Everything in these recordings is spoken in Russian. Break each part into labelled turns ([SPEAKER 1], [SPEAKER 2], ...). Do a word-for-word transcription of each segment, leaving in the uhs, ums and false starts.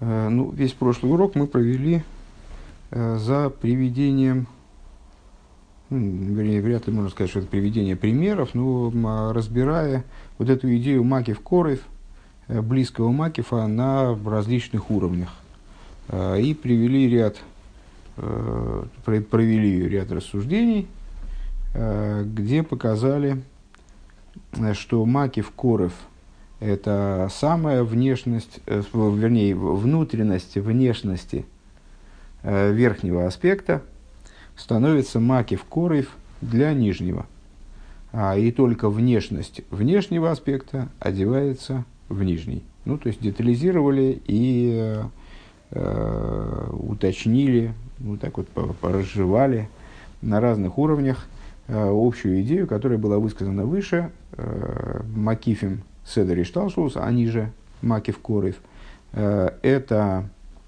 [SPEAKER 1] Э, Ну, весь прошлый урок мы провели э, за приведением, м, вернее, вряд ли можно сказать, что это приведение примеров, но м, а, разбирая вот эту идею макив корев, э, близкого макифа на различных уровнях. Э, И привели ряд, э, про- провели ряд рассуждений, э, где показали, э, что макив корев — это самая внешность, э, в- вернее, в- внутренность внешности э, верхнего аспекта становится макив корев для нижнего. А, и только внешность внешнего аспекта одевается в нижний. Ну, то есть детализировали и э, э, уточнили, ну, так вот по- поразжевали на разных уровнях э, общую идею, которая была высказана выше, э, макифим седер и шталшус, они же макив корев. Э, это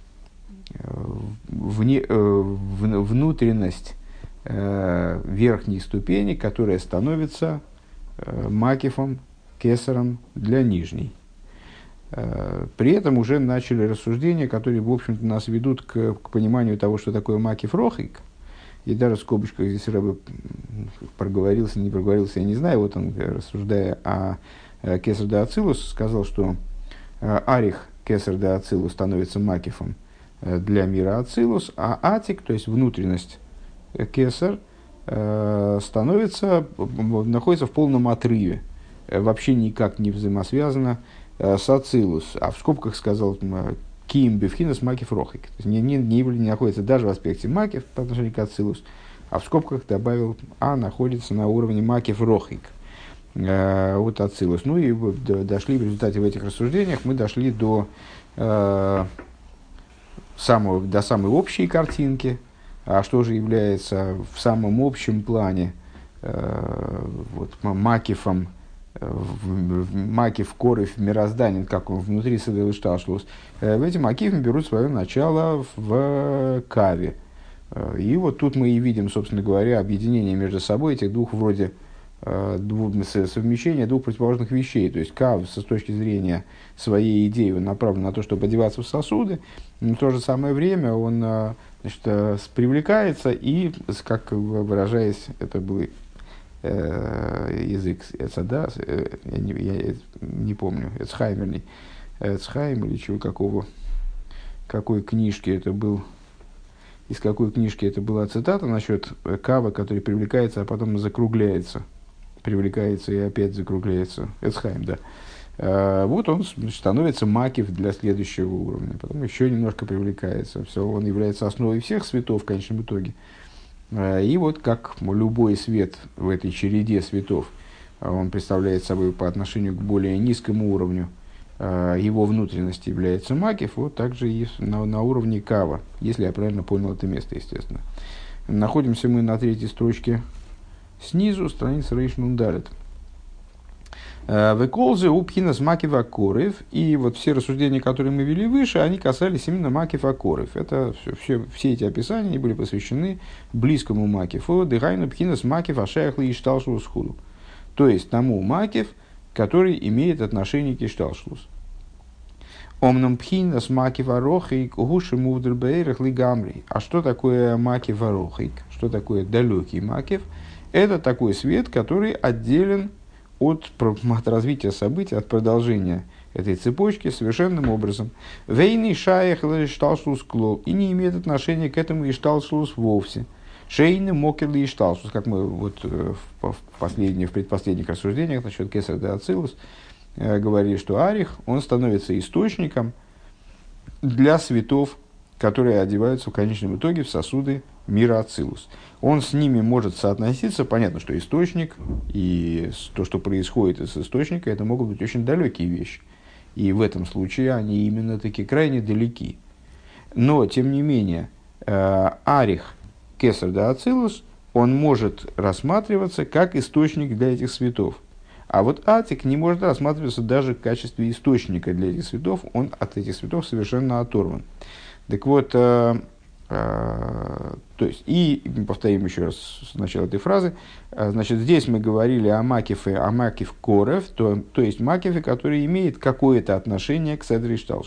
[SPEAKER 1] вне, э, в- внутренность э, верхней ступени, которая становится э, макифом, кесаром для нижней. Э, при этом уже начали рассуждения, которые, в общем-то, нас ведут к, к пониманию того, что такое макиф рохик. И даже в скобочках здесь Рэбе проговорился, не проговорился, я не знаю. Вот он, рассуждая о э, кесар де ацилус, сказал, что э, арих кесар де ацилус становится макифом э, для мира ацилус, а атик, то есть внутренность э, кесар, э, становится, находится в полном отрыве, э, вообще никак не взаимосвязано э, с ацилус. А в скобках сказал э, ким бифхинас макив рохик. То есть не, не, не, не находится даже в аспекте макив по отношению к ацилус, а в скобках добавил а находится на уровне макив рохик э, от ацилус. Ну и вот д- дошли в результате в этих рассуждениях мы дошли до э, самого, до самой общей картинки, а что же является в самом общем плане э, вот, макифом, э, в, в, макиф корев мирозданин, как он внутри Седер Шталшлус. Э, в эти макифы берут свое начало в каве. Э, и вот тут мы и видим, собственно говоря, объединение между собой этих двух вроде э, двух, совмещение двух противоположных вещей. То есть кав с точки зрения своей идеи он направлен на то, чтобы одеваться в сосуды, но в то же самое время он э, значит, э, с- привлекается и, с- как выражаясь, это был э, язык Эцада, э, я, не, я не помню, Эцхаймерный, Эцхайм или чего, какого, какой книжки это был, из какой книжки это была цитата насчет э, кава, который привлекается, а потом закругляется, привлекается и опять закругляется. Эцхайм, да. Э, Вот он значит, становится макив для следующего уровня, потом еще немножко привлекается. Все, он является основой всех светов в конечном итоге. Э, И вот как любой свет в этой череде светов, э, он представляет собой по отношению к более низкому уровню, э, его внутренности является макив, вот также и на, на уровне кава, если я правильно понял это место, естественно. Находимся мы на третьей строчке снизу, страница Рейш Нундалет. Веколзы у пхинас макива корев. И вот все рассуждения, которые мы вели выше, они касались именно макива корев. Это все, все, все эти описания они были посвящены близкому макифу. Дыхайну пхинас макив ашаяхли и шталшус худу. То есть тому макив, который имеет отношение к ишталшус. Омном пхинас макив арохик гуши мувдербейрах лигамри. А что такое макив арохик? Что такое далекий макив? Это такой свет, который отделен от, от развития событий, от продолжения этой цепочки совершенным образом. Вейни шаях ишталшус клол. И не имеет отношения к этому ишталшус вовсе. Шейны мокерли ишталшус. Как мы вот в, в, последних, в предпоследних рассуждениях насчет кесар де ацилус э, говорили, что арих, он становится источником для светов, которые одеваются в конечном итоге в сосуды мира ацилус. Он с ними может соотноситься. Понятно, что источник и то, что происходит из источника, это могут быть очень далекие вещи. И в этом случае они именно таки крайне далеки. Но, тем не менее, э, арих кесар де ацилус, он может рассматриваться как источник для этих светов. А вот атик не может рассматриваться даже в качестве источника для этих светов. Он от этих светов совершенно оторван. Так вот, э, э, то есть, и повторим еще раз с начала этой фразы, э, значит, здесь мы говорили о макифе, о макиф корев, то, то есть макифе, который имеет какое-то отношение к седер и шталшлус.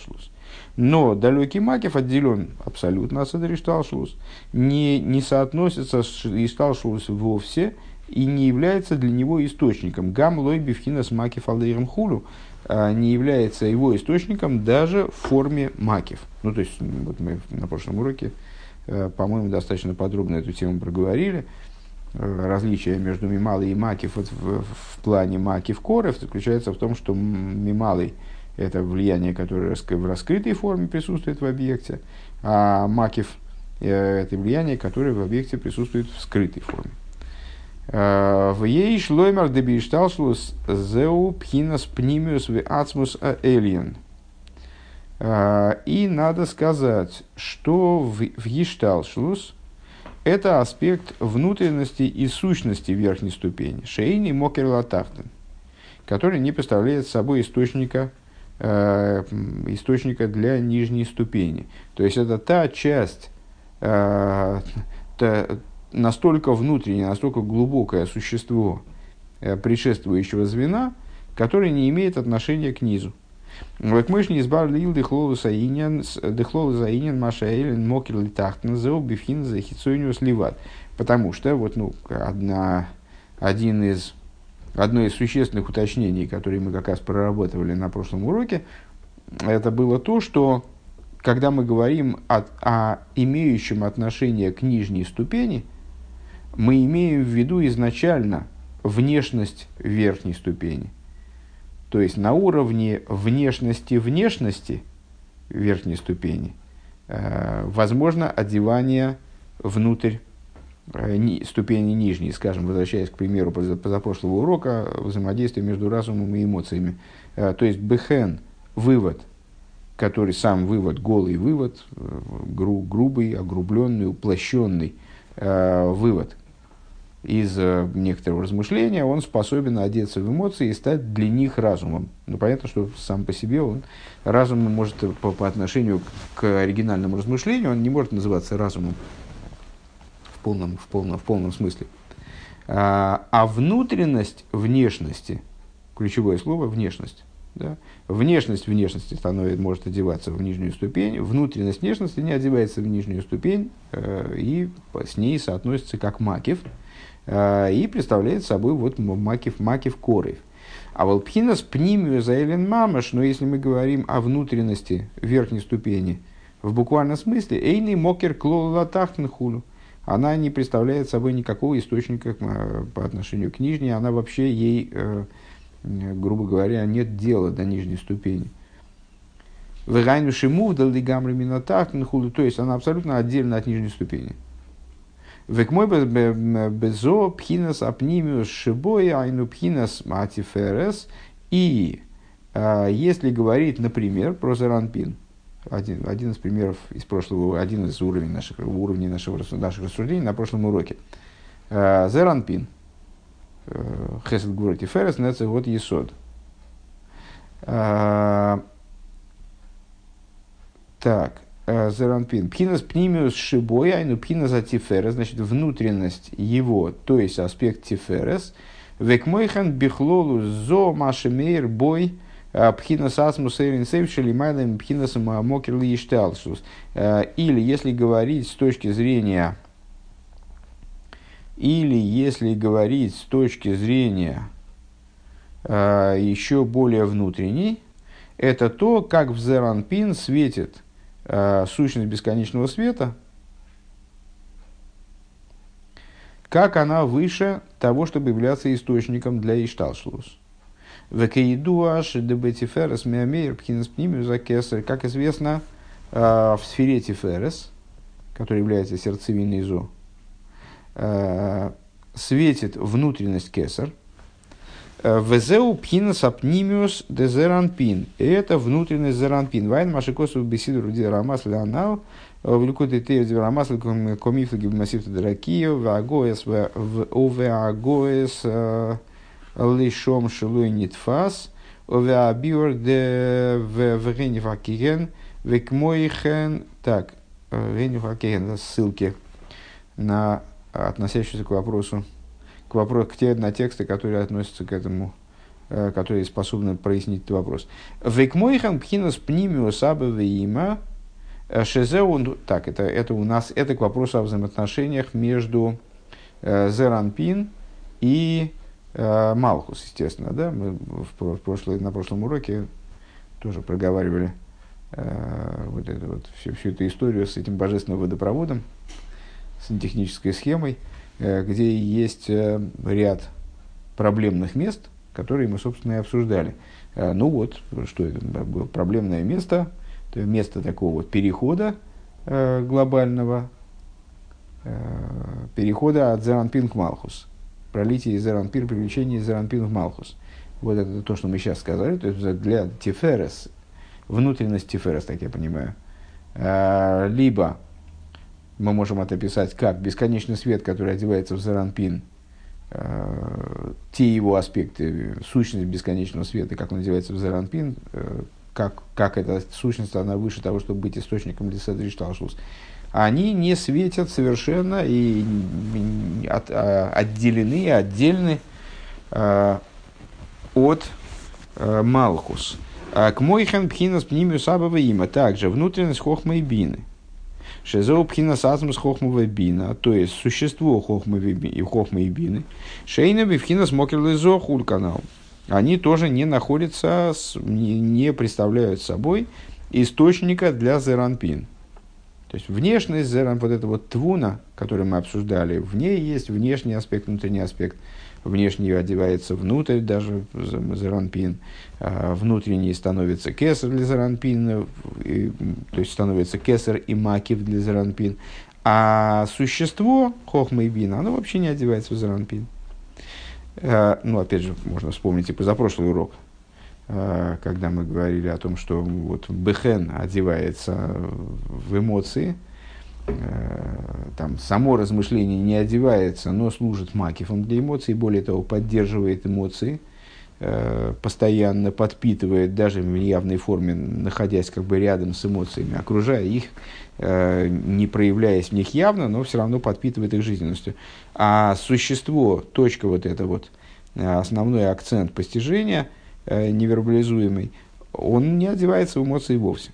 [SPEAKER 1] Но далекий макев отделен абсолютно от седер ишталшус, не, не соотносится с ишталшус вовсе и не является для него источником. Гам лой бифхина с макев алдейрам хулю не является его источником даже в форме макев. Ну, то есть, вот мы на прошлом уроке, по-моему, достаточно подробно эту тему проговорили. Различие между мималой и макев вот в, в плане макев коров заключается в том, что мималый – это влияние, которое в раскрытой форме присутствует в объекте, а макев – это влияние, которое в объекте присутствует в скрытой форме. В ей шлоймер дебишталшлус зеу пхинас пнимиус в ацмус аэлиен. И надо сказать, что в, в ешталшлус это аспект внутренности и сущности верхней ступени, шейни мокер латахтен, который не представляет собой источника, э, источника для нижней ступени. То есть это та часть, э, та, настолько внутреннее, настолько глубокое существо э, предшествующего звена, которое не имеет отношения к низу. Векмышни избавил дыхлолу заинен, дыхлолу заинен, маша элен, мокер литахтен, зеу бифхин за хитсойню сливат. Потому что вот, ну, одна, один из, одно из существенных уточнений, которые мы как раз проработали на прошлом уроке, это было то, что когда мы говорим о, о имеющем отношение к нижней ступени, мы имеем в виду изначально внешность верхней ступени. То есть на уровне внешности внешности верхней ступени э, возможно одевание внутрь э, ни, ступени нижней, скажем, возвращаясь к примеру позапрошлого урока, взаимодействия между разумом и эмоциями. Э, то есть бехен, вывод, который сам вывод, голый вывод, э, гру, грубый, огрубленный, уплощенный э, вывод из э, некоторого размышления, он способен одеться в эмоции и стать для них разумом. Ну, понятно, что сам по себе он разум может по, по отношению к оригинальному размышлению, он не может называться разумом в полном, в полном, в полном смысле. А, а внутренность внешности, ключевое слово внешность, да? Внешность внешности становится, может одеваться в нижнюю ступень, внутренность внешности не одевается в нижнюю ступень э, и с ней соотносится как макев, и представляет собой вот макив, макив корев. А волпхинас пнимию заэлен мамаш, но если мы говорим о внутренности верхней ступени в буквальном смысле, эйный мокер клола тахтенхулю, она не представляет собой никакого источника по отношению к нижней, она вообще ей, грубо говоря, нет дела до нижней ступени. Вегайну шимув дали гамри мина тахтенхулю, то есть она абсолютно отдельно от нижней ступени. Векмой безо пхинас апнимиус шибой айну пхинас матиферес. И э, если говорить, например, про Зеранпин, один, один из примеров из прошлого, один из уровней наших, уровней нашего, наших рассуждений на прошлом уроке. Э, Зеранпин, хесед гвура тиферес, нецех вот есод. Так. Зеранпин. Пхинас пнимиус шибой, айну пхинас атиферес, значит, внутренность его, то есть аспект тиферес. Векмойхан бихлолу зо машемейр бой пхинас асмус эйрин сейв шелимайлем пхинас мокерли ишталшус. Или, если говорить с точки зрения, или если говорить с точки зрения еще более внутренней, это то, как в Зеранпин светит сущность бесконечного света, как она выше того, чтобы являться источником для Ишталшлус. Как известно, в сфере Тиферес, которая является сердцевиной Зо, светит внутренность Кесар, Везеу пхинас апнимиус де зеранпин. И это внутренность зеранпин. Вайн машикосу беседу дерамас леонал. Влюкоты те дерамас комифлаги массив дракио. Вагоес в овеагоес лишом шилуй нитфас. Овеабиор де вегенифакиген. Векмойхен. Так, вегенифакиген. Ссылки на относящиеся к вопросу. К вопросу, к те, на тексты, которые относятся к этому которые способны прояснить этот вопрос. Векмойхан пхинас пнимиус абавеима шезеу. Так, это, это у нас это к вопросу о взаимоотношениях между э, Зеранпин и э, Малхус, естественно. Да? Мы в прошлый, на прошлом уроке тоже проговаривали э, вот эту, вот, всю, всю эту историю с этим божественным водопроводом, с технической схемой, э, где есть э, ряд проблемных мест, которые мы, собственно, и обсуждали. Э, ну вот, что это было проблемное место, это место такого вот перехода э, глобального, э, перехода от Зеранпин к Малхус, пролитие из Зеранпин, привлечение из Зеранпин в Малхус. Вот это то, что мы сейчас сказали, то есть для Тиферес, внутренность Тиферес, так я понимаю, э, либо мы можем это описать как бесконечный свет, который одевается в Зеранпин, э, те его аспекты, сущность бесконечного света, как он одевается в Зеранпин, э, как, как эта сущность, она выше того, чтобы быть источником для Седри Шталшус, они не светят совершенно и от, а, отделены, отдельны э, от э, Малхус. К Мойхан пхинас пнимиус абава има, также внутренность хохма и бины. Шезоу пхинас азмус хохмова бина, то есть существо хохмы и бины. Шейна бифхинас мокерлизо хульканал. Они тоже не находятся, не, не представляют собой источника для Зеранпин. То есть внешность Зеран, вот эта вот твуна, которую мы обсуждали, в ней есть внешний аспект, внутренний аспект. Внешний одевается внутрь даже Зеранпин, внутренний становится кесар для Зеранпин, то есть становится кесар и макив для Зеранпин. А существо хохма и бина, оно вообще не одевается в Зеранпин. Ну, опять же, можно вспомнить и позапрошлый урок, когда мы говорили о том, что вот бехен одевается в эмоции, там само размышление не одевается, но служит макифом для эмоций, более того, поддерживает эмоции, постоянно подпитывает, даже в неявной форме, находясь как бы рядом с эмоциями, окружая их, не проявляясь в них явно, но все равно подпитывает их жизненностью. А существо, точка вот эта вот, основной акцент постижения, невербализуемый, он не одевается в эмоции вовсе.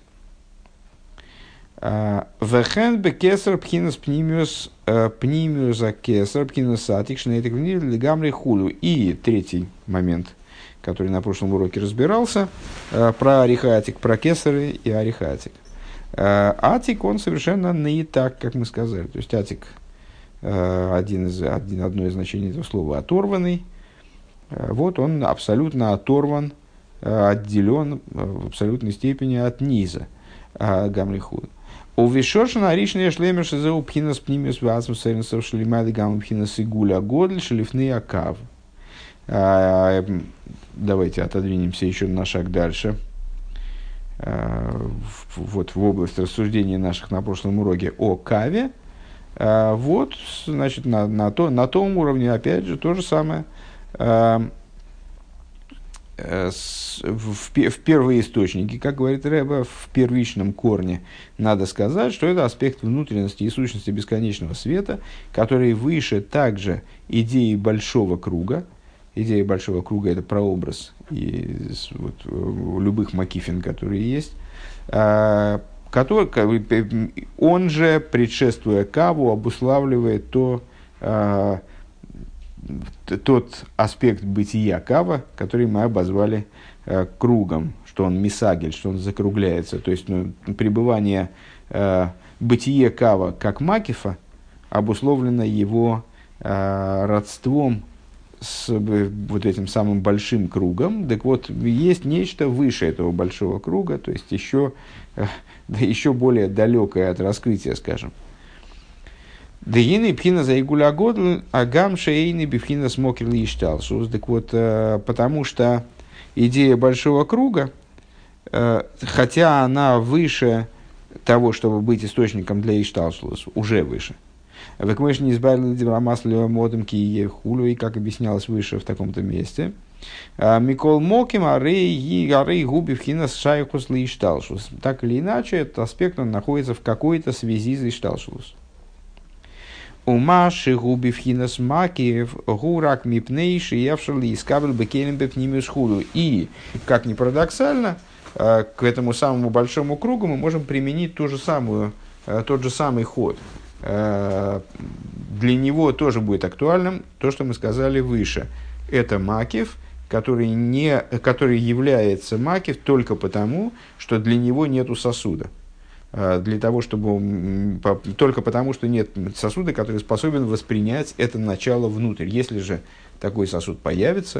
[SPEAKER 1] Вехен бекесар пхинас пнимиус пнимиуса кесар пхинас атик шнейтик лигамри хулю. И третий момент, который на прошлом уроке разбирался, про арихатик, про кесары и арихатик. Атик, он совершенно не так, как мы сказали. То есть атик, один из, один, одно из значений этого слова, оторванный. Вот он абсолютно оторван, отделен в абсолютной степени от низа гамри хулю. У вишошна аришная шлемер шезеу пхинас пнимиус вазм сэрнсов шлемады гамм пхинас игуля годль шлифны акав. Давайте отодвинемся еще на шаг дальше. Вот в область рассуждений наших на прошлом уроке о каве. Вот, значит, на, на, то, на том уровне, опять же, то же самое. В, в первые источники, как говорит Рэбе, в первичном корне надо сказать, что это аспект внутренности и сущности бесконечного света, который выше также идеи большого круга. Идея большого круга – это прообраз и, вот, любых макифин, которые есть, который, он же, предшествуя каву, обуславливает то, тот аспект бытия кава, который мы обозвали э, кругом, что он мисагель, что он закругляется. То есть ну, пребывание э, бытие кава как макифа обусловлено его э, родством с э, вот этим самым большим кругом. Так вот, есть нечто выше этого большого круга, то есть еще, э, да, еще более далекое от раскрытия, скажем. Дегины пхина за игуля годл, а гам шейны бифхина смокер лишталшус. Так вот, потому что идея большого круга, хотя она выше того, чтобы быть источником для ишталшус, уже выше. Вы, конечно, не избавили диврамаслива модом кие хулю, и как объяснялось выше в таком-то месте. Микол моким арей арей губи пхина шайхус лишталшус. Так или иначе, этот аспект он находится в какой-то связи с ишталшус. Ума шигуби вхинас макиев гурак мипнейши явшали искабель бекелем бепнимиус худу. И, как ни парадоксально, к этому самому большому кругу мы можем применить ту же самую, тот же самый ход. Для него тоже будет актуальным то, что мы сказали выше. Это макив, который, не, который является макив только потому, что для него нету сосуда. Для того, чтобы, только потому, что нет сосуда, который способен воспринять это начало внутрь. Если же такой сосуд появится,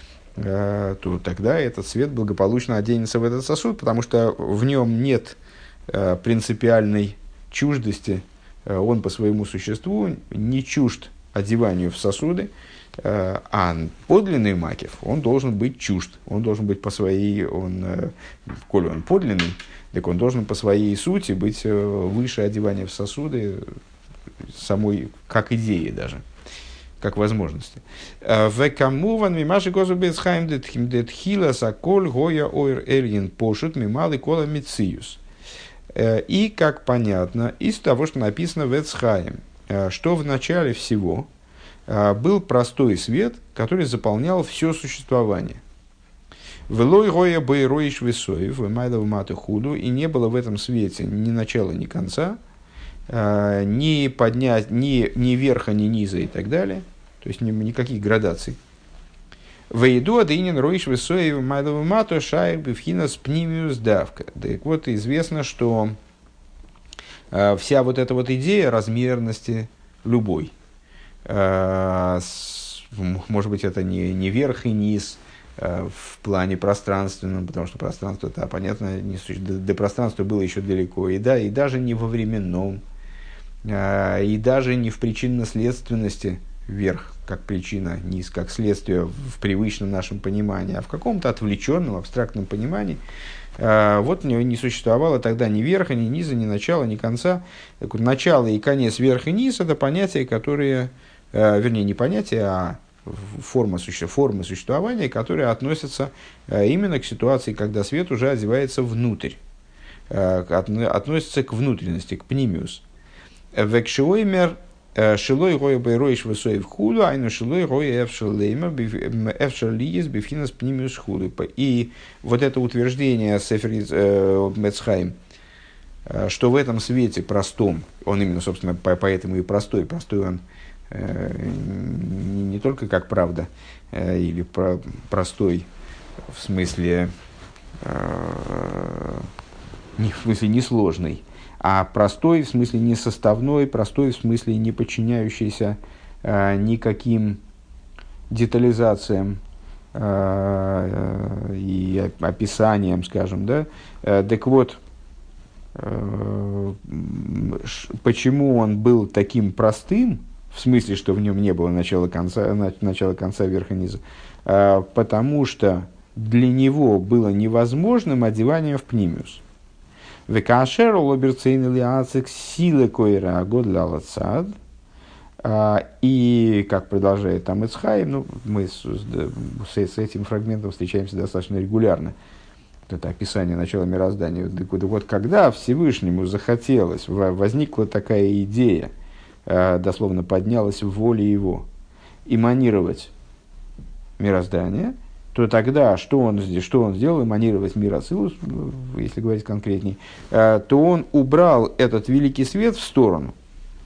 [SPEAKER 1] то тогда этот свет благополучно оденется в этот сосуд, потому что в нем нет принципиальной чуждости, он по своему существу не чужд одеванию в сосуды, а подлинный макев, он должен быть чужд, он должен быть по своей, он, коли он подлинный, так он должен по своей сути быть выше одевания в сосуды самой, как идеи даже, как возможности. Векамуван мимаши козу бецхайм детхила саколь гоя ойр эльин пошут мималы кола мициюс. И, как понятно, из того, что написано в Эцхаим, что в начале всего был простой свет, который заполнял все существование. Велой гоя бойроиш весоев, вымайдав маты худу, и не было в этом свете ни начала, ни конца, ни, поднять, ни, ни верха, ни низа и так далее, то есть ни, никаких градаций. Вейду адынин роиш весоев, вымайдав мату шайр бифхинас пнимиус давка. Так вот, известно, что вся вот эта вот идея размерности любой, может быть, это не, не верх и низ, в плане пространственном, потому что пространство, это, понятно, не существует, до, до пространства было еще далеко, и, да, и даже не во временном, и даже не в причинно-следственности верх как причина, низ как следствие в привычном нашем понимании, а в каком-то отвлеченном, абстрактном понимании. Вот не, не существовало тогда ни верха, ни низа, ни начала, ни конца. Так вот, начало и конец, верх и низ – это понятия, которые, вернее, не понятия, а форма, формы существования, которые относятся именно к ситуации, когда свет уже одевается внутрь, относятся к внутренности, к пнимиус. Векшиоймер шилой гоя байроиш высоев худу, айну шилой гоя эвшалеймер эвшалиес бифхинас пнимиус худу. И вот это утверждение Сефер Мецхайм, что в этом свете простом, он именно, собственно, поэтому и простой, простой он не только как правда, или про, простой в смысле, не, в смысле несложный, а простой в смысле несоставной, простой в смысле не подчиняющийся никаким детализациям и описаниям, скажем, да. Так вот, почему он был таким простым, в смысле, что в нем не было начала конца, начала конца верха низа, потому что для него было невозможным одевание в пнимиус. Векашер лоберцейн лиацек силы койра годлалацад. И, как продолжает там Эцхайм, ну, мы с, с, с этим фрагментом встречаемся достаточно регулярно. Это описание начала мироздания. Так вот, вот, когда Всевышнему захотелось, возникла такая идея, дословно поднялась в воле его, эманировать мироздание, то тогда что он, что он сделал, эманировать мир Ацилус, если говорить конкретней, то он убрал этот великий свет в сторону.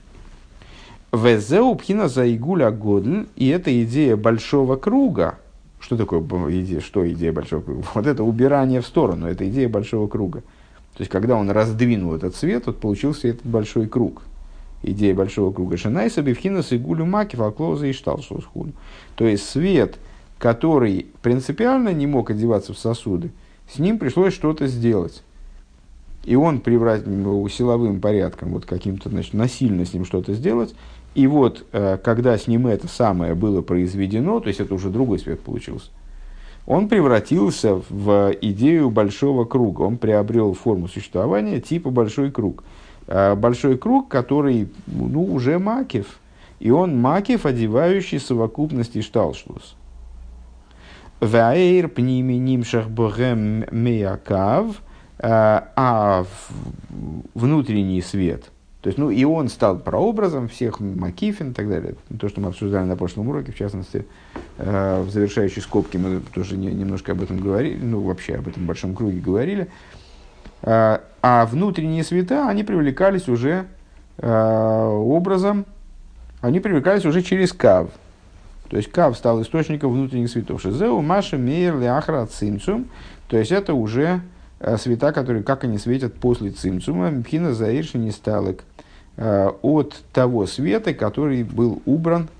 [SPEAKER 1] Везеу пхина заигуля годль, и это идея большого круга. Что такое идея, что идея большого круга? Вот это убирание в сторону, это идея большого круга. То есть, когда он раздвинул этот свет, вот получился этот большой круг. Идея большого круга. Шанайса бифхинас и гулю маки фалклоза и шталшусхун. То есть свет, который принципиально не мог одеваться в сосуды, с ним пришлось что-то сделать. И он превратил силовым порядком, вот каким-то, значит, насильно с ним что-то сделать. И вот, когда с ним это самое было произведено, то есть это уже другой свет получился, он превратился в идею большого круга. Он приобрел форму существования типа большой круг. Большой круг, который, ну, уже макев. И он макев, одевающий совокупность ишталшлус. Ваэйр пними нимшах богем меякав. А внутренний свет, то То есть, ну, и он стал прообразом всех Макифин и так далее. То, что мы обсуждали на прошлом уроке, в частности, э, в завершающей скобке мы тоже не, немножко об этом говорили, ну, вообще об этом большом круге говорили. Э, а внутренние света, они привлекались уже э, образом, они привлекались уже через Кав. То есть Кав стал источником внутренних светов. Шизеу, Маша, Мейер, Леахра, Цимцум. То есть это уже света, которые, как они светят после цимцума, мпхина заирши не сталек, от того света, который был убран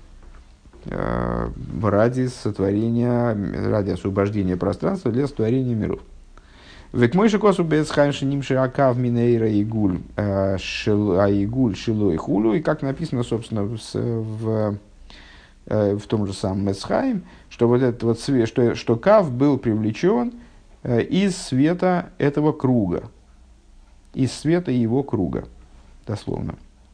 [SPEAKER 1] ради сотворения, ради освобождения пространства для сотворения миров. Век мой шикосу бецхайнши нимши акав минейра игуль аигуль шилой хулю, и как написано, собственно, в, в том же самом Мецхайм, что вот этот вот свет, что, что кав был привлечен из света этого круга, из света его круга, дословно.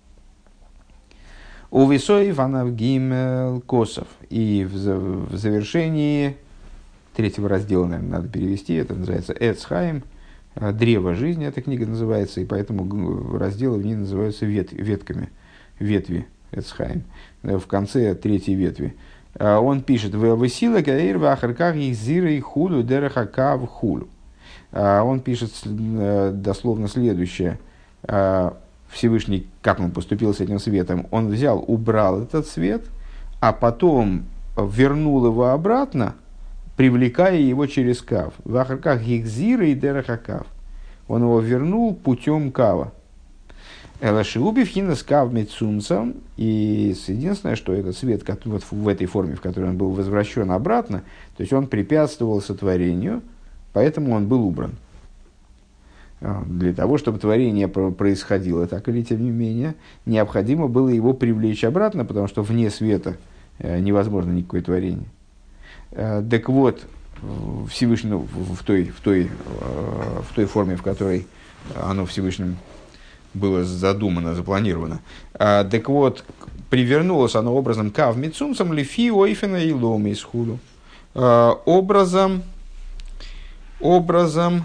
[SPEAKER 1] У Висой Иванов Гимел Косов. И в, в завершении третьего раздела, наверное, надо перевести, это называется Эцхайм, древо жизни, эта книга называется, и поэтому разделы в ней называются вет, ветками, ветви Эцхайм, в конце третьей ветви. Он пишет: «Весила гаир вахарках их зира и худу дерахакав хулю». Он пишет дословно следующее. Всевышний, как он поступил с этим светом? Он взял, убрал этот свет, а потом вернул его обратно, привлекая его через кав. Вахарках их зира и дерахакав. Он его вернул путем кава. Элашиуби вхинас кав мецумцам, и единственное, что этот свет вот в этой форме, в которой он был возвращен обратно, то есть он препятствовал сотворению, поэтому он был убран. Для того, чтобы творение происходило так или тем не менее, необходимо было его привлечь обратно, потому что вне света невозможно никакое творение. Так вот, Всевышний, ну, в, той, в, той, в той форме, в которой оно Всевышним было задумано, запланировано. А, так вот, привернулось оно образом кав мицумцам лифи ойфена и ломи из худу. А, образом, образом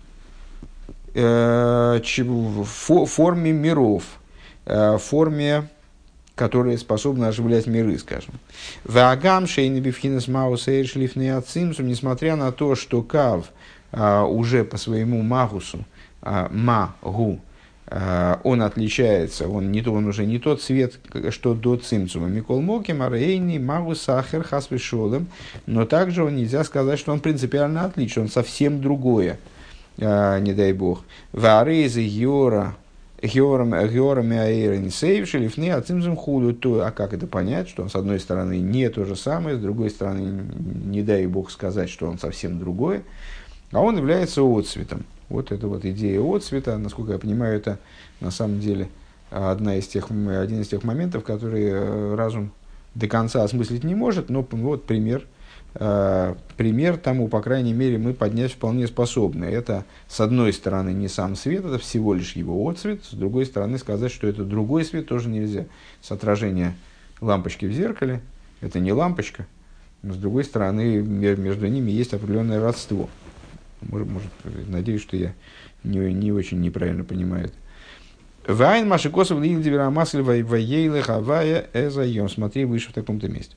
[SPEAKER 1] э, в форме миров, э, форме, которая способна оживлять миры, скажем. Ваагам шейни бифхинес маус эйршлифный ацимсум, несмотря на то, что кав э, уже по своему магусу, э, магу, он отличается, он, не, он уже не тот цвет, что до цимцума. Микол моки, марейни, магу, сахар, хасвишолем. Но также он, нельзя сказать, что он принципиально отличен, он совсем другое, не дай бог. Варейзы йора, йорами аэрен сейвши, лифны, а цимцум худу. То, а как это понять, что он, с одной стороны, не то же самое, с другой стороны, не дай бог сказать, что он совсем другое, а он является отцветом. Вот эта вот идея отцвета, насколько я понимаю, это на самом деле одна из тех, один из тех моментов, которые разум до конца осмыслить не может, но вот пример, пример тому, по крайней мере, мы поднять вполне способны. Это, с одной стороны, не сам свет, это всего лишь его отцвет, с другой стороны, сказать, что это другой свет, тоже нельзя. С отражения лампочки в зеркале, это не лампочка, но, с другой стороны, между ними есть определенное родство. Может, может, надеюсь, что я не, не очень неправильно понимаю это. Вайн машикосов лильдивера масль воейлы хавая эзайом. Смотри выше в таком-то месте.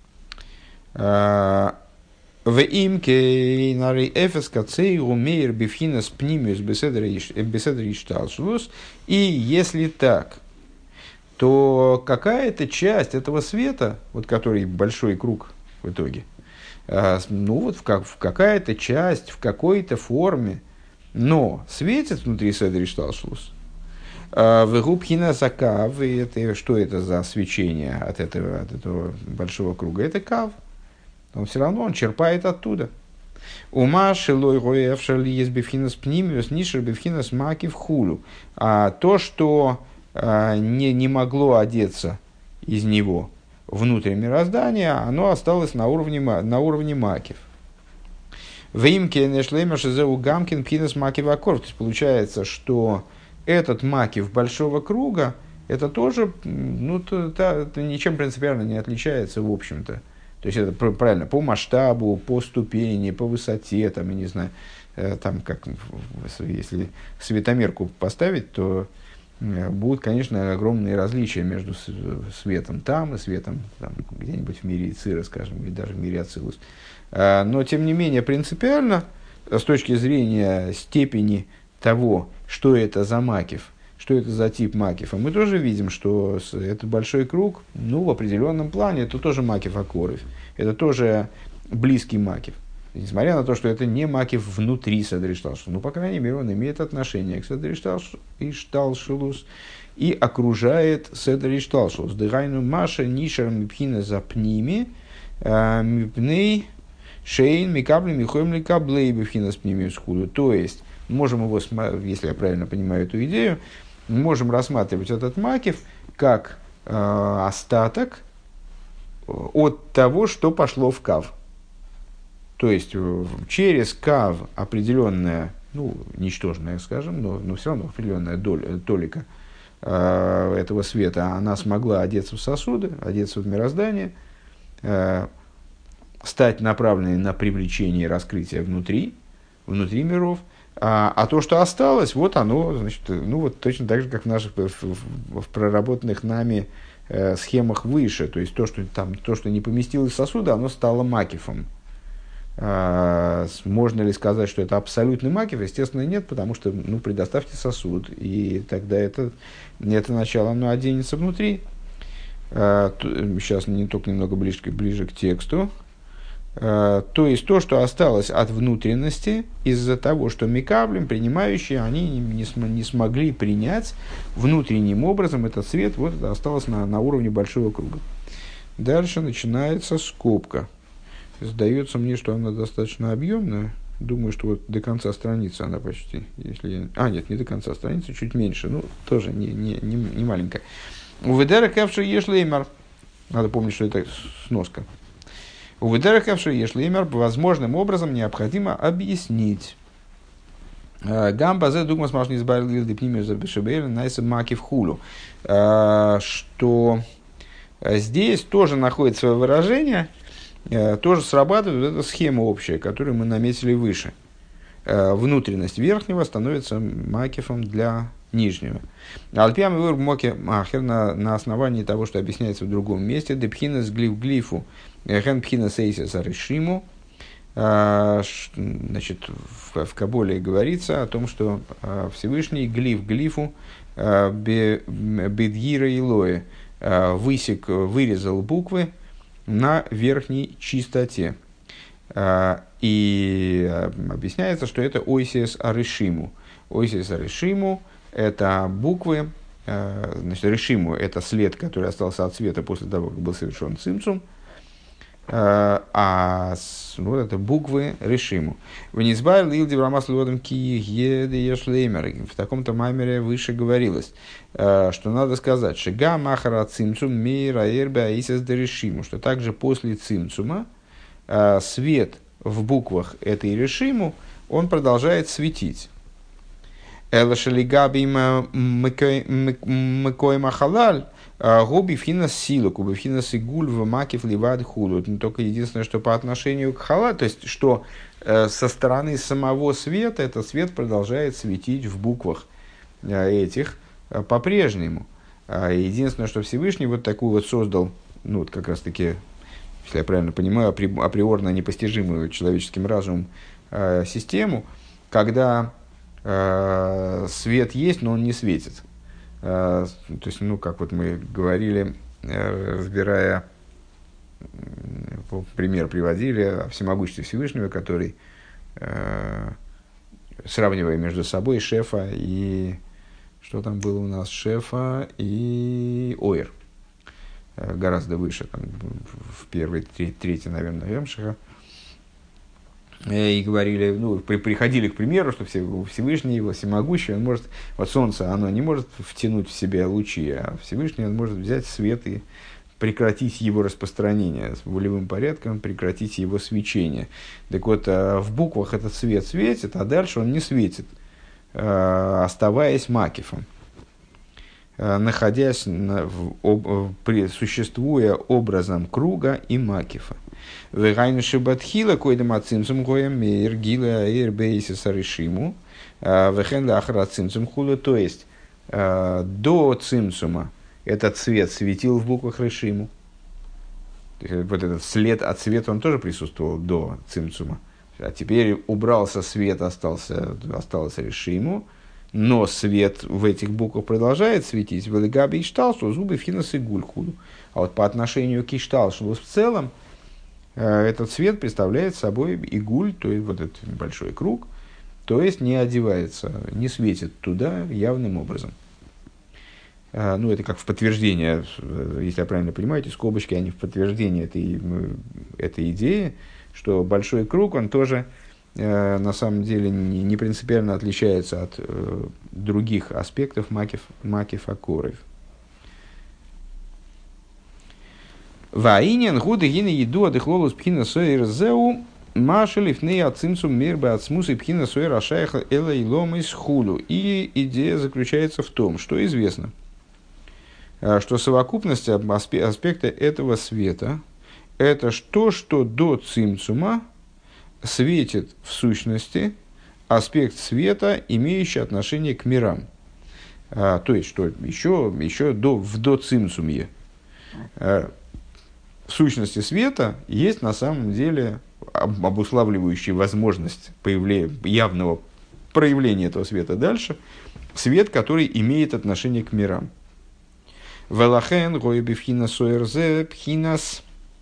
[SPEAKER 1] В имке нари эфес кацей умеер бифхинас пнимиус беседри шталшус. И если так, то какая-то часть этого света, вот который большой круг в итоге, ну вот в, как, в какая-то часть, в какой-то форме, но светит внутри седри шталшус. В губхина закав, и это, что это за свечение от этого, от этого большого круга? Это кав. Он все равно он черпает оттуда. Ума шилой гоевшали есть бифхинас пнимиус, нишер бифхинас маки в хулю. А то, что а, не, не могло одеться из него внутрь мироздания, оно осталось на уровне, на уровне макив. В имке нешлемер шизеу гамкин пхинас макив аккорд. То есть получается, что этот макив большого круга, это тоже, ну, то, то, то ничем принципиально не отличается, в общем-то. То есть это правильно по масштабу, по ступени, по высоте, там, я не знаю, там как, если светомерку поставить, то будут, конечно, огромные различия между светом там и светом там, где-нибудь в мире Ицира, скажем, или даже в мире Ацилус. Но, тем не менее, принципиально, с точки зрения степени того, что это за макиф, что это за тип макифа, мы тоже видим, что это большой круг, ну, в определенном плане, это тоже макиф акоров, это тоже близкий макиф. Несмотря на то, что это не макиф внутри Седришталшус, ну, по крайней мере, он имеет отношение к Седришталшус и окружает Седришталшус. Дыхайну Маша Нишер Мипхина за пними Мипней Шейн Микабли Михоем Ликаблей Бифхина с пними схуду. То есть, можем его, если я правильно понимаю эту идею, мы можем рассматривать этот макиф как э, остаток от того, что пошло в кав. То есть, через кав определенная, ну, ничтожная, скажем, но, но все равно определенная доля, толика э, этого света, она смогла одеться в сосуды, одеться в мироздание, э, стать направленной на привлечение и раскрытие внутри, внутри миров. А, а то, что осталось, вот оно, значит, ну, вот точно так же, как в наших в, в, в проработанных нами э, схемах выше. То есть, то что, там, то, что не поместилось в сосуды, оно стало макифом. Можно ли сказать, что это абсолютный макиф? Естественно, нет, потому что, ну, предоставьте сосуд, и тогда это, это начало, оно оденется внутри. Сейчас не только немного ближе, ближе к тексту. То есть, то, что осталось от внутренности, из-за того, что микаблем, принимающие, они не, см- не смогли принять внутренним образом этот свет, вот это осталось на, на уровне большого круга. Дальше начинается скобка. Сдается мне, что она достаточно объемная. Думаю, что вот до конца страницы она почти. Если я... А, нет, не до конца страницы, чуть меньше. Ну, тоже не, не, не, не маленькая. У Ведера Кевши Ешлеймер. Надо помнить, что это сноска. У Ведера Кевши Ешлеймер возможным образом необходимо объяснить. Гамбазе дугмас машни избавил депнимер за бешебель найса маки в хулу. Что здесь тоже находит свое выражение. Тоже срабатывает эта схема общая, которую мы наметили выше. Внутренность верхнего становится макифом для нижнего. Альпиам выр моки махер на основании того, что объясняется в другом месте. Депхинас глиф глифу ген пхинас эйсис арешиму. Значит, в, в Каболе говорится о том, что Всевышний глиф глифу бедгира илое высек, вырезал буквы на верхней чистоте. И объясняется, что это ойсис арешиму. Ойсис арешиму – это буквы, значит, решиму – это след, который остался от света после того, как был совершен цимцум, а вот это буквы решиму. В таком-то маймере выше говорилось, что надо сказать, шига махара цимцум мейра эрбе аисес дерешиму, что также после цимцума свет в буквах этой решиму, он продолжает светить. Элашалигаби мекой махалаль губи финас сила, губи финас игуль в макив ливад худу. Только единственное, что по отношению к халал, то есть, что э, со стороны самого света этот свет продолжает светить в буквах э, этих э, по-прежнему. Э, единственное, что Всевышний вот такую вот создал, ну вот как раз таки, если я правильно понимаю, апри, априорно непостижимую человеческим разумом э, систему, когда э, свет есть, но он не светит. То есть, ну, как вот мы говорили, разбирая, пример приводили о всемогуществе Всевышнего, который, сравнивая между собой шефа и... Что там было у нас? Шефа и Оир. Гораздо выше, там, в первой, третьей, наверное, Ремшиха. И говорили, ну, при, приходили к примеру, что Всевышний, его всемогущий, он может, вот солнце, оно не может втянуть в себя лучи, а Всевышний, он может взять свет и прекратить его распространение, с волевым порядком прекратить его свечение. Так вот, в буквах этот свет светит, а дальше он не светит, оставаясь макифом, находясь, в, об, при, существуя образом круга и макифа. То есть, Э, до цимсума этот цвет светил в буквах решиму. То есть, вот этот след от света, он тоже присутствовал до цимсума. А теперь убрался свет, остался, осталось решиму, но свет в этих буквах продолжает светить. В элегаби ишталшус зубы финас и гульхуду. А вот по отношению к ишталшус в целом, этот цвет представляет собой игуль, то есть вот этот большой круг, то есть не одевается, не светит туда явным образом. Ну, это как в подтверждение, если я правильно понимаю, эти скобочки, они в подтверждение этой, этой идеи, что большой круг, он тоже э, на самом деле не, не принципиально отличается от э, других аспектов макев, макев акоров. Ваинен гуды гины еду адыхлолус пхина соир зеу машелив не ацимцум мирбе ацмус и пхина соир ашайха эла и лом из хулу. И идея заключается в том, что известно, что совокупность аспекта этого света — это то, что до цимцума светит в сущности аспект света, имеющий отношение к мирам. А, то есть, что еще, еще до, в доцимцуме а, в сущности света есть на самом деле обуславливающий возможность появления, явного проявления этого света дальше, свет, который имеет отношение к мирам. Велахен гой бифхина соерзе пхинас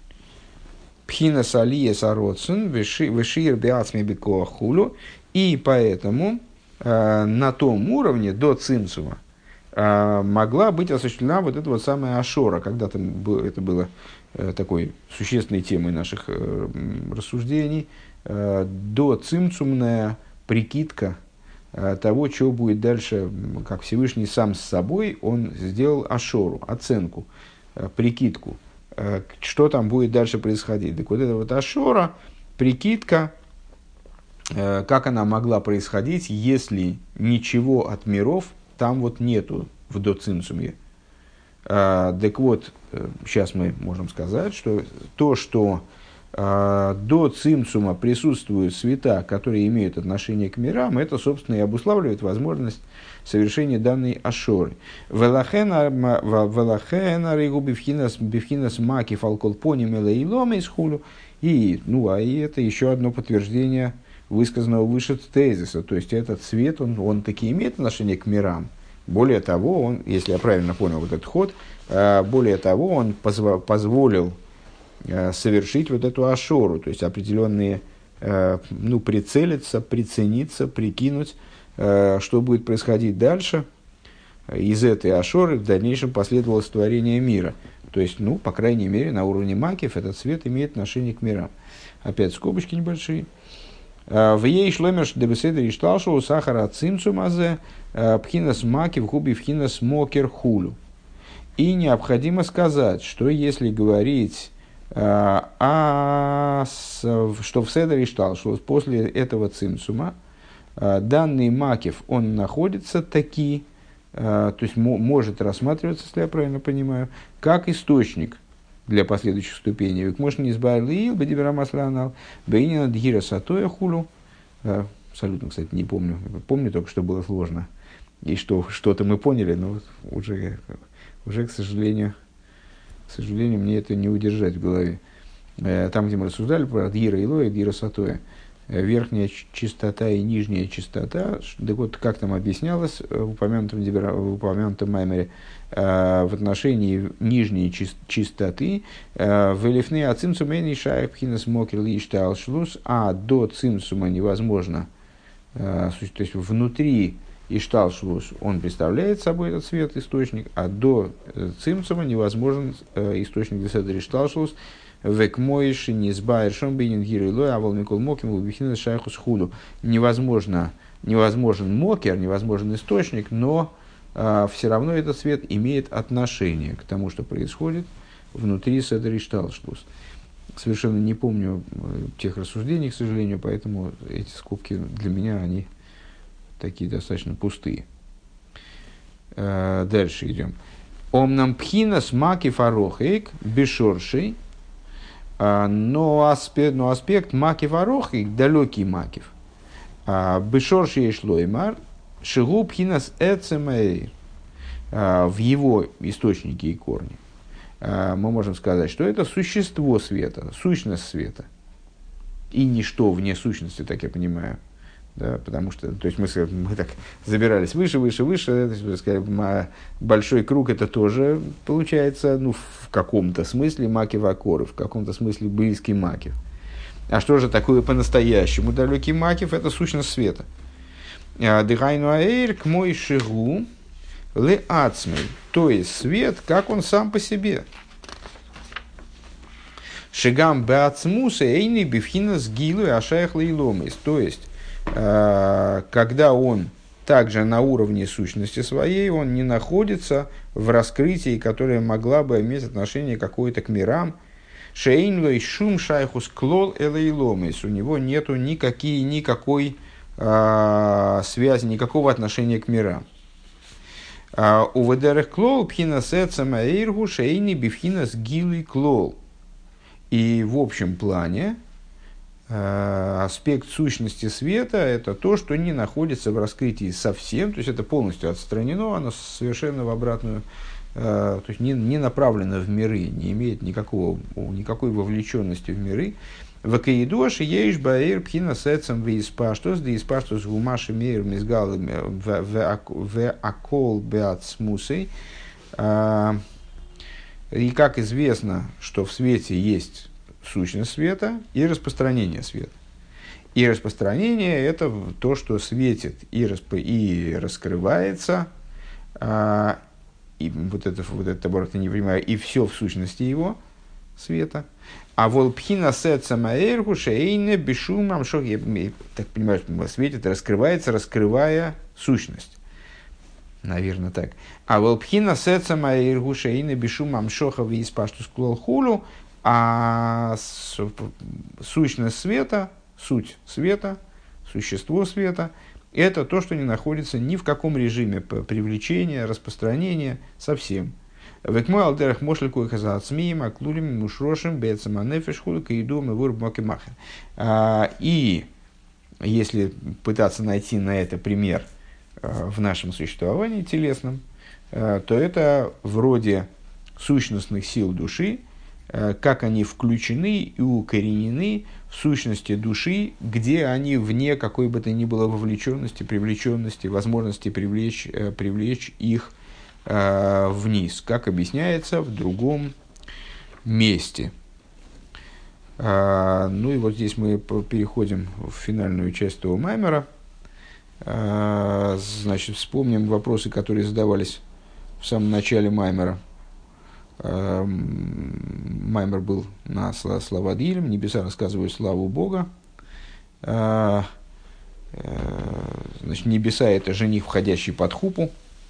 [SPEAKER 1] пхинас алиес ароцин вешир биацми бикоахулю. И поэтому э, на том уровне до цимцума э, могла быть осуществлена вот эта вот самая ашора. Когда-то это было э, такой существенной темой наших э, рассуждений. Э, до цимцумная прикидка того, что будет дальше, как Всевышний сам с собой, он сделал ашору, оценку, прикидку, что там будет дальше происходить. Так вот эта вот ашора, прикидка, как она могла происходить, если ничего от миров там вот нету в доцимцуме. Так вот, сейчас мы можем сказать, что то, что до цимцума присутствуют света, которые имеют отношение к мирам, это, собственно, и обуславливает возможность совершения данной ашоры. Велахена регу бифхинас маки фалколпони мелаиломе из хулю. И, ну, а и это еще одно подтверждение высказанного выше тезиса. То есть, этот свет, он, он таки имеет отношение к мирам. Более того, он, если я правильно понял вот этот ход, более того, он позво- позволил совершить вот эту ашору, то есть определенные, ну, прицелиться, прицениться, прикинуть, что будет происходить дальше. Из этой ашоры в дальнейшем последовало сотворение мира. То есть, ну, по крайней мере, на уровне макев этот свет имеет отношение к мирам. Опять скобочки небольшие. В ей шлемеш дебеседер ишталшоу сахара цимцумазе пхинас макив губи пхинас мокер хулю. И необходимо сказать, что если говорить а что в Седер Иштал, что после этого цимсума данный макев, он находится таки, то есть может рассматриваться, если я правильно понимаю, как источник для последующих ступеней. Ведь можно не избавить бедиберамасланал, бейнина дгира сатоя хулу. Абсолютно, кстати, не помню. Помню только, что было сложно. И что что-то мы поняли, но уже, уже к сожалению, К сожалению, мне это не удержать в голове. Там, где мы рассуждали про Дгира Илоя и Дгира Сатоя, верхняя чистота и нижняя чистота, так вот, как там объяснялось в упомянутом, в упомянутом маймере, в отношении нижней чистоты, в элифне от цимсума не шаях пхинас мокер лиштал шлус, а до цимсума невозможно, то есть внутри Ишталшвус, он представляет собой этот свет, источник, а до цимцума невозможен э, источник для седер Ишталшвус. Век моиши не сбайр шомбинин гирилой, а волмикол моким убихнина шайхус худу. Невозможно, невозможен мокер, невозможен источник, но э, все равно этот свет имеет отношение к тому, что происходит внутри седер Ишталшвус. Совершенно не помню тех рассуждений, к сожалению, поэтому эти скобки для меня, они такие достаточно пустые. Дальше идем. Омнам пхинас маки фарохейк бешоршей, но аспект, но аспект маки фарохейк, далекий макив. Бешоршей шлоймар, шигу пхинас эцемэй. в его источнике и корне, мы можем сказать, что это существо света, сущность света. И ничто вне сущности, так я понимаю. Да, потому что, то есть мы, мы так забирались выше, выше, выше. Это, сказать, большой круг это тоже получается, ну, в каком-то смысле макев акоры, в каком-то смысле близкий макев. А что же такое по-настоящему далекий макев? Это сущность света. Дыхайну аэйр к мой шигу ле ацмей. То есть свет, как он сам по себе. Шигам беацмуса эйни бифхина сгилу ашаях лейломис. То есть, когда он также на уровне сущности своей, он не находится в раскрытии, которое могла бы иметь отношение какое-то к мирам. Шейнлой шум шайхус клол элейломис. У него нету никакие, никакой а, связи, никакого отношения к мирам. У ведерах клол пхина сецама эйргу шейни бифхина сгилу клол. И в общем плане аспект сущности света – это то, что не находится в раскрытии совсем, то есть это полностью отстранено, оно совершенно в обратную, то есть не, не направлено в миры, не имеет никакого, никакой вовлеченности в миры. В Каидоши ешь баэр пхина сецам вииспаштос, да испаштос гумаши мейр мизгал в акол беацмусей. И как известно, что в свете есть сущность света и распространение света. И распространение – это то, что светит и, расп... и раскрывается, а, и вот это, вот это оборот я не понимаю, и все в сущности его света. А волпхина сетса маэргу шейне бешумам шох, я так понимаю, что светит, раскрывается, раскрывая сущность. Наверное, так. А волпхина сетса маэргу шейне бешумам шохов и испаштус клол хулу. А сущность света, суть света, существо света, это то, что не находится ни в каком режиме привлечения, распространения совсем. Векмой алдерах мошлику и хазаацмием, аклулим, мушрошим, бецаманефешхул, каидум и вурбмокимахер. И если пытаться найти на это пример в нашем существовании телесном, то это вроде сущностных сил души, как они включены и укоренены в сущности души, где они вне какой бы то ни было вовлеченности, привлеченности, возможности привлечь, привлечь их э, вниз, как объясняется в другом месте. Э, ну и вот здесь мы переходим в финальную часть того маймера. Э, значит, вспомним вопросы, которые задавались в самом начале маймера. Маймер был на слава Дилем, небеса рассказывают славу Бога. Значит, небеса – это жених, входящий под хупу.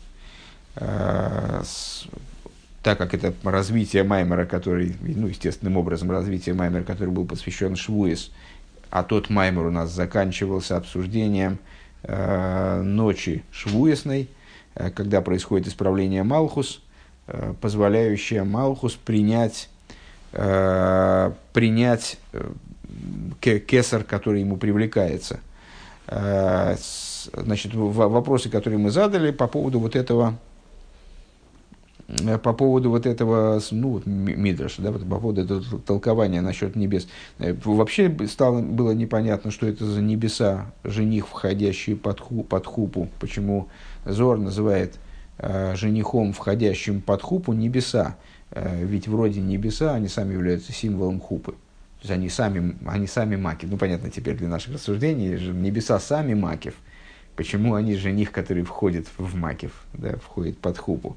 [SPEAKER 1] Так как это развитие Маймера, который, ну, естественным образом, развитие Маймера, который был посвящен Швуис, а тот Маймер у нас заканчивался обсуждением ночи Швуисной, когда происходит исправление Малхус, позволяющая Малхус принять, э, принять э, кесар, который ему привлекается. Э, с, значит, в, вопросы, которые мы задали по поводу вот этого, по поводу вот этого, ну, мидраша, да, по поводу этого толкования насчет небес. Вообще стало, было непонятно, что это за небеса, жених, входящий под, ху, под хупу, почему Зоар называет женихом, входящим под хупу, небеса. Ведь вроде небеса, они сами являются символом хупы. То есть они сами, они сами макив. Ну, понятно теперь для наших рассуждений, небеса сами макив. Почему они жених, который входит в макив, да, входит под хупу.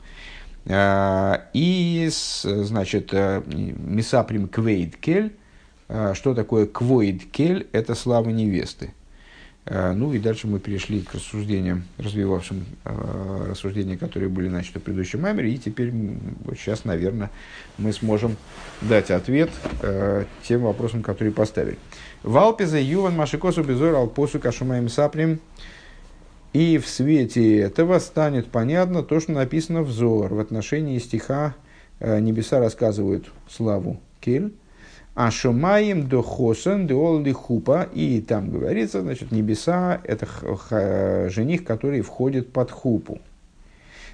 [SPEAKER 1] И, значит, мисаприм квейд кель. Что такое квоид кель? Это слава невесты. Ну и дальше мы перешли к рассуждениям, развивавшим э, рассуждения, которые были начаты в предыдущем маймере. И теперь, вот сейчас, наверное, мы сможем дать ответ э, тем вопросам, которые поставили. Валпиза юван машикосу безор алпосу кашумаем саприм. И в свете этого станет понятно то, что написано в Зоар в отношении стиха э, «Небеса рассказывают славу кель». А шумаем до хосан, до олди хупа, и там говорится, значит, небеса – это жених, который входит под хупу.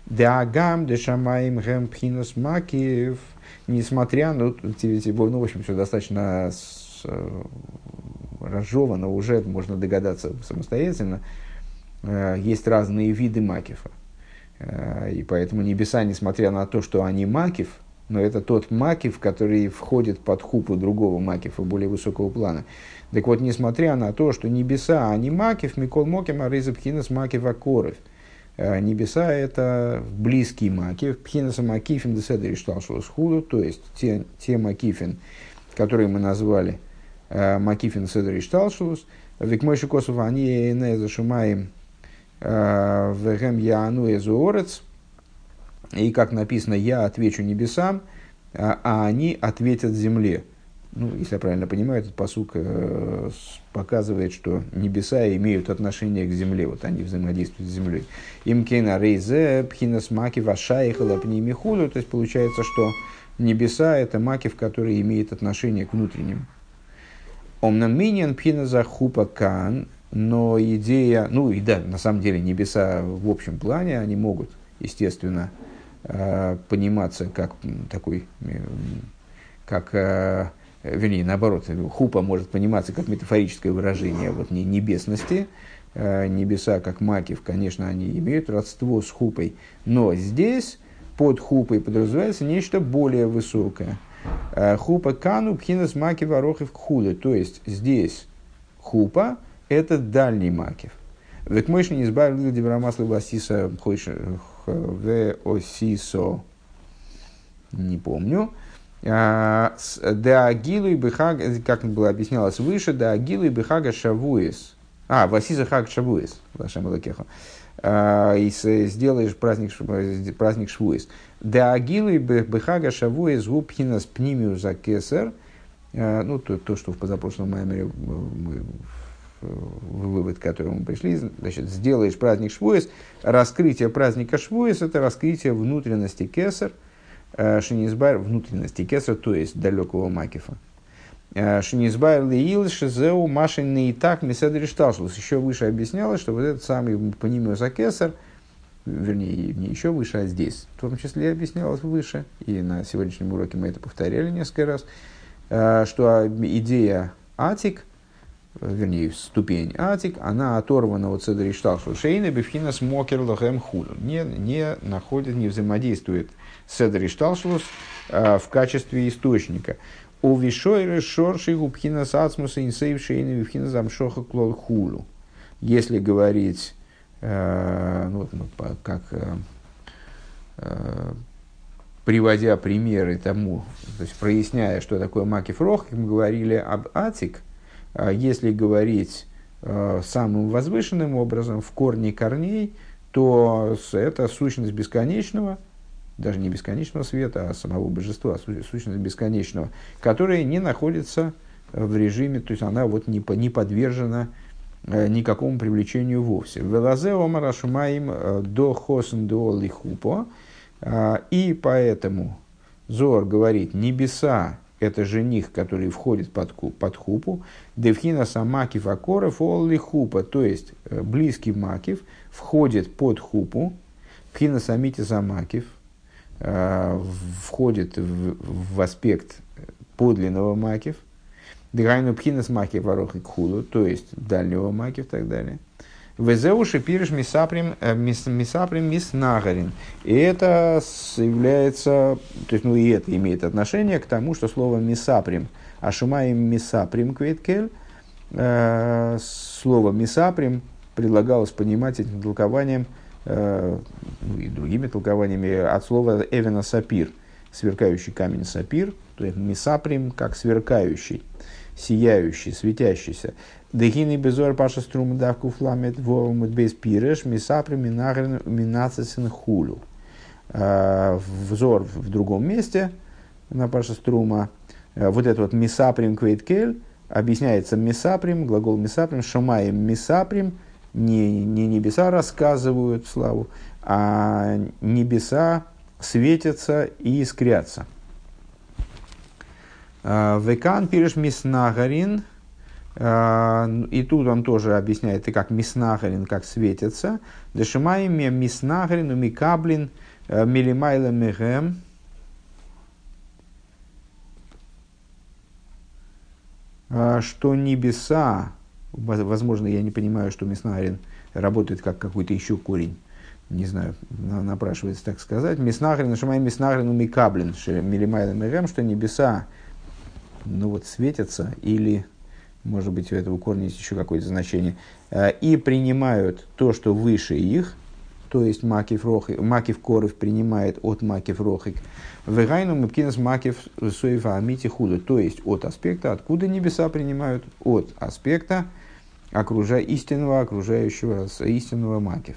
[SPEAKER 1] Деагам дешамаим гэм пхинас макив. Несмотря, ну, ну, в общем, все достаточно с, разжевано, уже можно догадаться самостоятельно. Есть разные виды макифа. И поэтому небеса, несмотря на то, что они макиф, но это тот макиф, который входит под хупу другого макифа, более высокого плана. Так вот, несмотря на то, что небеса, они макиф, микол моким, арейза пхинас макиф акоров. Небеса – это близкий макиф, пхинаса макифин деседри шталшулус худу, то есть те, те макифин, которые мы назвали макифин седри шталшулус, векмойши косов они не зашумаем вегем яну эзуорец, и как написано, я отвечу небесам, а они ответят земле. Ну, если я правильно понимаю, этот пасук э, показывает, что небеса имеют отношение к земле, вот они взаимодействуют с землей. Имкена рейзе пхинас маки вашаихала пнимихуду, то есть получается, что небеса это макив, который имеет отношение к внутренним. Омнаминьян пхиназа хупа кан, но идея, ну и да, на самом деле небеса в общем плане, они могут, естественно, э, пониматься как такой, э, как э, вернее, наоборот, хупа может пониматься как метафорическое выражение вот, небесности. Небеса, как макив, конечно, они имеют родство с хупой. Но здесь под хупой подразумевается нечто более высокое. Хупа кану пхинас макив арохив хулы. То есть здесь хупа – это дальний макив. Век мойши не избавил дебрамасла васиса в осисо. Не помню. Деагилу и бихага, как было объяснялось выше, деагилу и бихага шавуэс. А, васиза хаг шавуэс. Ваша малакеха. И сделаешь праздник, праздник швуэс. Деагилу и бихага шавуэс губхинас пнимиу за кесар. Ну, то, то, что в позапрошлом маймере мы, вывод, к которому мы пришли, значит, сделаешь праздник швуэс. Раскрытие праздника швуэс – это раскрытие внутренности кесар. Шинизбайр внутренности кесар, то есть далекого макифа. Шинизбайр леил шизеу машин не и так миседри шталшус. Еще выше объяснялось, что вот этот самый понимиоса кесар, вернее, не еще выше, а здесь, в том числе объяснялось выше, и на сегодняшнем уроке мы это повторяли несколько раз, что идея атик, вернее, ступень атик, она оторвана от седри шталшус. Шейна бифхина смокер лохем худу. Не, не находит, не взаимодействует седри шталшус в качестве источника. У вишойры шорши губхина сацмуса инсейв шейна бифхина замшоха клол хулу. Если говорить, э, ну, как э, э, приводя примеры тому, то есть проясняя, что такое макиф рох, мы говорили об атик. Если говорить э, самым возвышенным образом, в корне корней, то это сущность бесконечного, даже не бесконечного света, а самого божества, сущность бесконечного, которая не находится в режиме, то есть она вот не, не подвержена э, никакому привлечению вовсе. Велазе омара шумаим до хосн до лихупо, и поэтому Зоар говорит, небеса – это жених, который входит под, под хупу, девхина самакив акоров ол лихупа, то есть близкий макив входит под хупу, пхина самити самакив, входит в, в аспект подлинного макив, дыхайну пхинас макив арох и кхулу, то есть дальнего макив и так далее. Везеуши пириш мисаприм мисаприм миснагарин. И это является, то есть, ну и это имеет отношение к тому, что слово мисаприм, ашумаем мисаприм кветкель, слово мисаприм предлагалось понимать этим толкованием, ну и другими толкованиями от слова эвена сапир, сверкающий камень сапир, то есть мисаприм как сверкающий, сияющий, светящийся. Дехини безор паша струм давку фламет вовмут без пиреш мисаприм минацесен хулу. Взор в другом месте на паша струма. Вот это вот мисаприм квейткель объясняется мисаприм, глагол мисаприм, шамаем мисаприм. Не, не небеса рассказывают славу, а небеса светятся и искрятся. Векан пиреш миснагарин И тут он тоже объясняет, и как миснахарин, как светится. Дешимайми миснахарин умикаблин милимайла мегем. Что небеса, возможно, я не понимаю, что миснахарин работает как какой-то еще корень. Не знаю, напрашивается так сказать. Миснахарин, нашимайми миснахарин умикаблин милимайла мегем, что небеса, ну вот, светятся или... Может быть, у этого корня есть еще какое-то значение. И принимают то, что выше их, то есть макив, рохик, макив коров принимает от макив рохик. Вегайну мепкинес макив соева амити худу. То есть от аспекта, откуда небеса принимают, от аспекта окружа... истинного, окружающего истинного макив.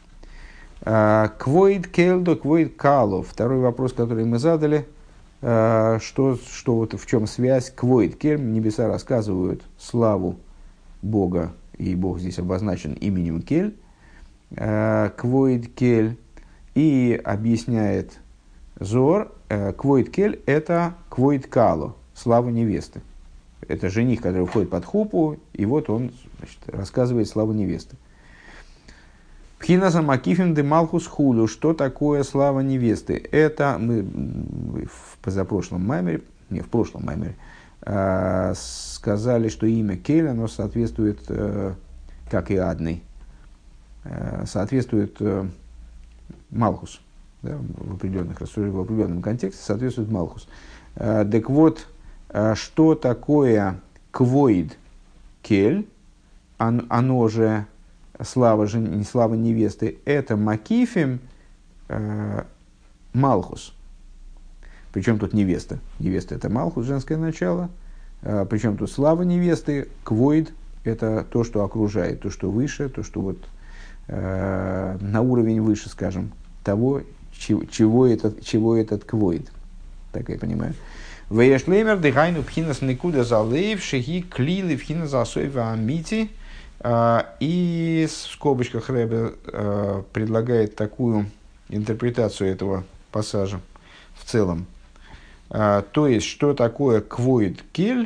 [SPEAKER 1] Квоид келдо, квоид кало. Второй вопрос, который мы задали. Что, что вот в чем связь? Квоид кель, небеса рассказывают славу Бога, и Бог здесь обозначен именем Кель. Квоид кель, и объясняет Зор, квоид кель это квоид кало, слава невесты. Это жених, который входит под хупу, и вот он, значит, рассказывает славу невесты. Пхинаса макифим де малхус худу. Что такое слава невесты? Это мы в позапрошлом маймере, не, в прошлом маймере, э, сказали, что имя Кель, оно соответствует, э, как и Адный, э, соответствует э, Малхус. Да, в определенных рассуждениях, в определенном контексте соответствует Малхус. Э, так вот, э, что такое Квоид Кель? Он, оно же слава, жен... слава невесты, это макифим э, Малхус. Причем тут невеста? Невеста это Малхус, женское начало. Э, причем тут слава невесты, квоид это то, что окружает, то, что выше, то, что вот э, на уровень выше, скажем, того, чего, чего, этот, чего этот квоид. Так я понимаю. Веешлеймер дыхайну пхинас никуда залейв шеги клили пхинас засойва амити. И в скобочках Ребе предлагает такую интерпретацию этого пассажа в целом. То есть, что такое квоид кель,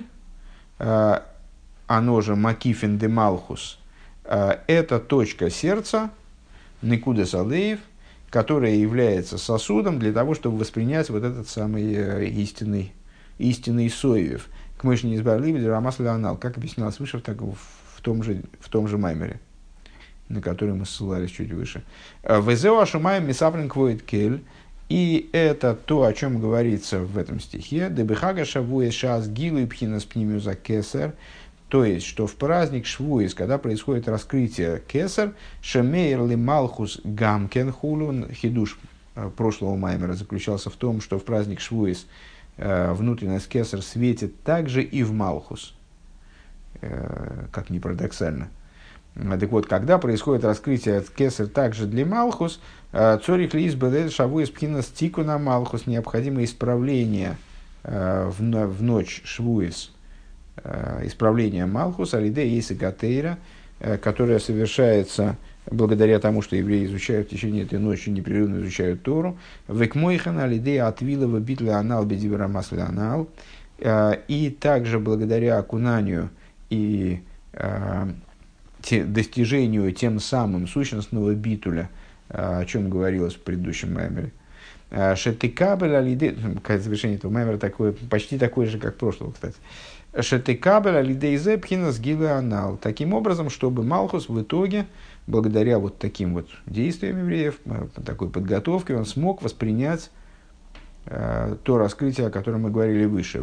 [SPEAKER 1] оно же макифин де малхус, это точка сердца, никуда салеев, которая является сосудом для того, чтобы воспринять вот этот самый истинный, истинный соевев. К мыши не избавили, рамас леонал, как объяснялось выше, так в В том, же, в том же маймере, на который мы ссылались чуть выше. «Везеу ашумаем мисаприн квоид кель». И это то, о чем говорится в этом стихе. «Дебехага шавуэс шаас гилу и пхинас пнимюза кесар». То есть, что в праздник Швуис, когда происходит раскрытие кесар, «шемейр ли малхус гамкен хулун». Хидуш прошлого маймера заключался в том, что в праздник Швуис внутренность кесар светит также и в малхус. Как ни парадоксально. Так вот, когда происходит раскрытие кесар также для Малхус, цорих лиз бедет шавуэс пхинас тикуна Малхус, необходимо исправление в ночь Швуэс, исправление Малхус, алиде исы гатейра, которое совершается благодаря тому, что евреи изучают в течение этой ночи, непрерывно изучают Тору, векмойхан алиде атвилова битля анал бедивера масля анал, и также благодаря окунанию и э, те, достижению тем самым сущностного битуля, э, о чем говорилось в предыдущем маймере. Шетикабель алиде, завершение этого маймера такое, почти такое же, как прошлого, кстати. Шетикабель алиде изе пхинас гилы анал. Таким образом, чтобы Малхус в итоге, благодаря вот таким вот действиям евреев, такой подготовке, он смог воспринять то раскрытие, о котором мы говорили выше.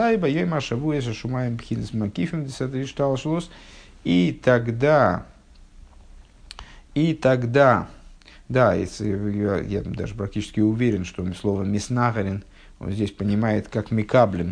[SPEAKER 1] И тогда, и тогда, да, я, я даже практически уверен, что слово «миснахарин» он здесь понимает как «микаблин»,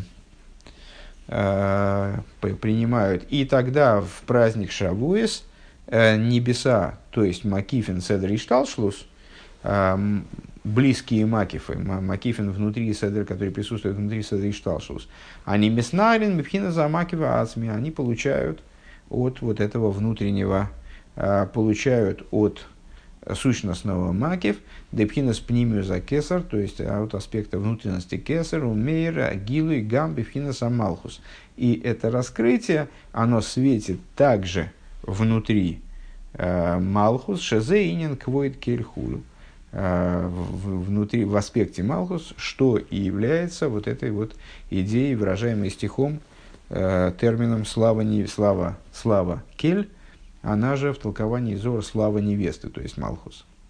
[SPEAKER 1] э, принимают. И тогда в праздник Шавуэс э, небеса, то есть Макифин, Седер и Шталшлус, э, близкие макифы, макифин внутри седер, который присутствует внутри седер и шталшус, они миснарин, мипхина за макива ацми, они получают от вот этого внутреннего, получают от сущностного макев, депхинас пнимиуса кесар, то есть от аспекта внутренности кесар, умейра, агилу и гам бифхинас амалхус. И это раскрытие, оно светит также внутри э, малхус, шезе инин квоид кельхулю, э, внутри, в аспекте малхус, что и является вот этой вот идеей, выражаемой стихом, э, термином слава, не, слава, слава кель, она же в толковании Зор слава невесты, то есть Малхус.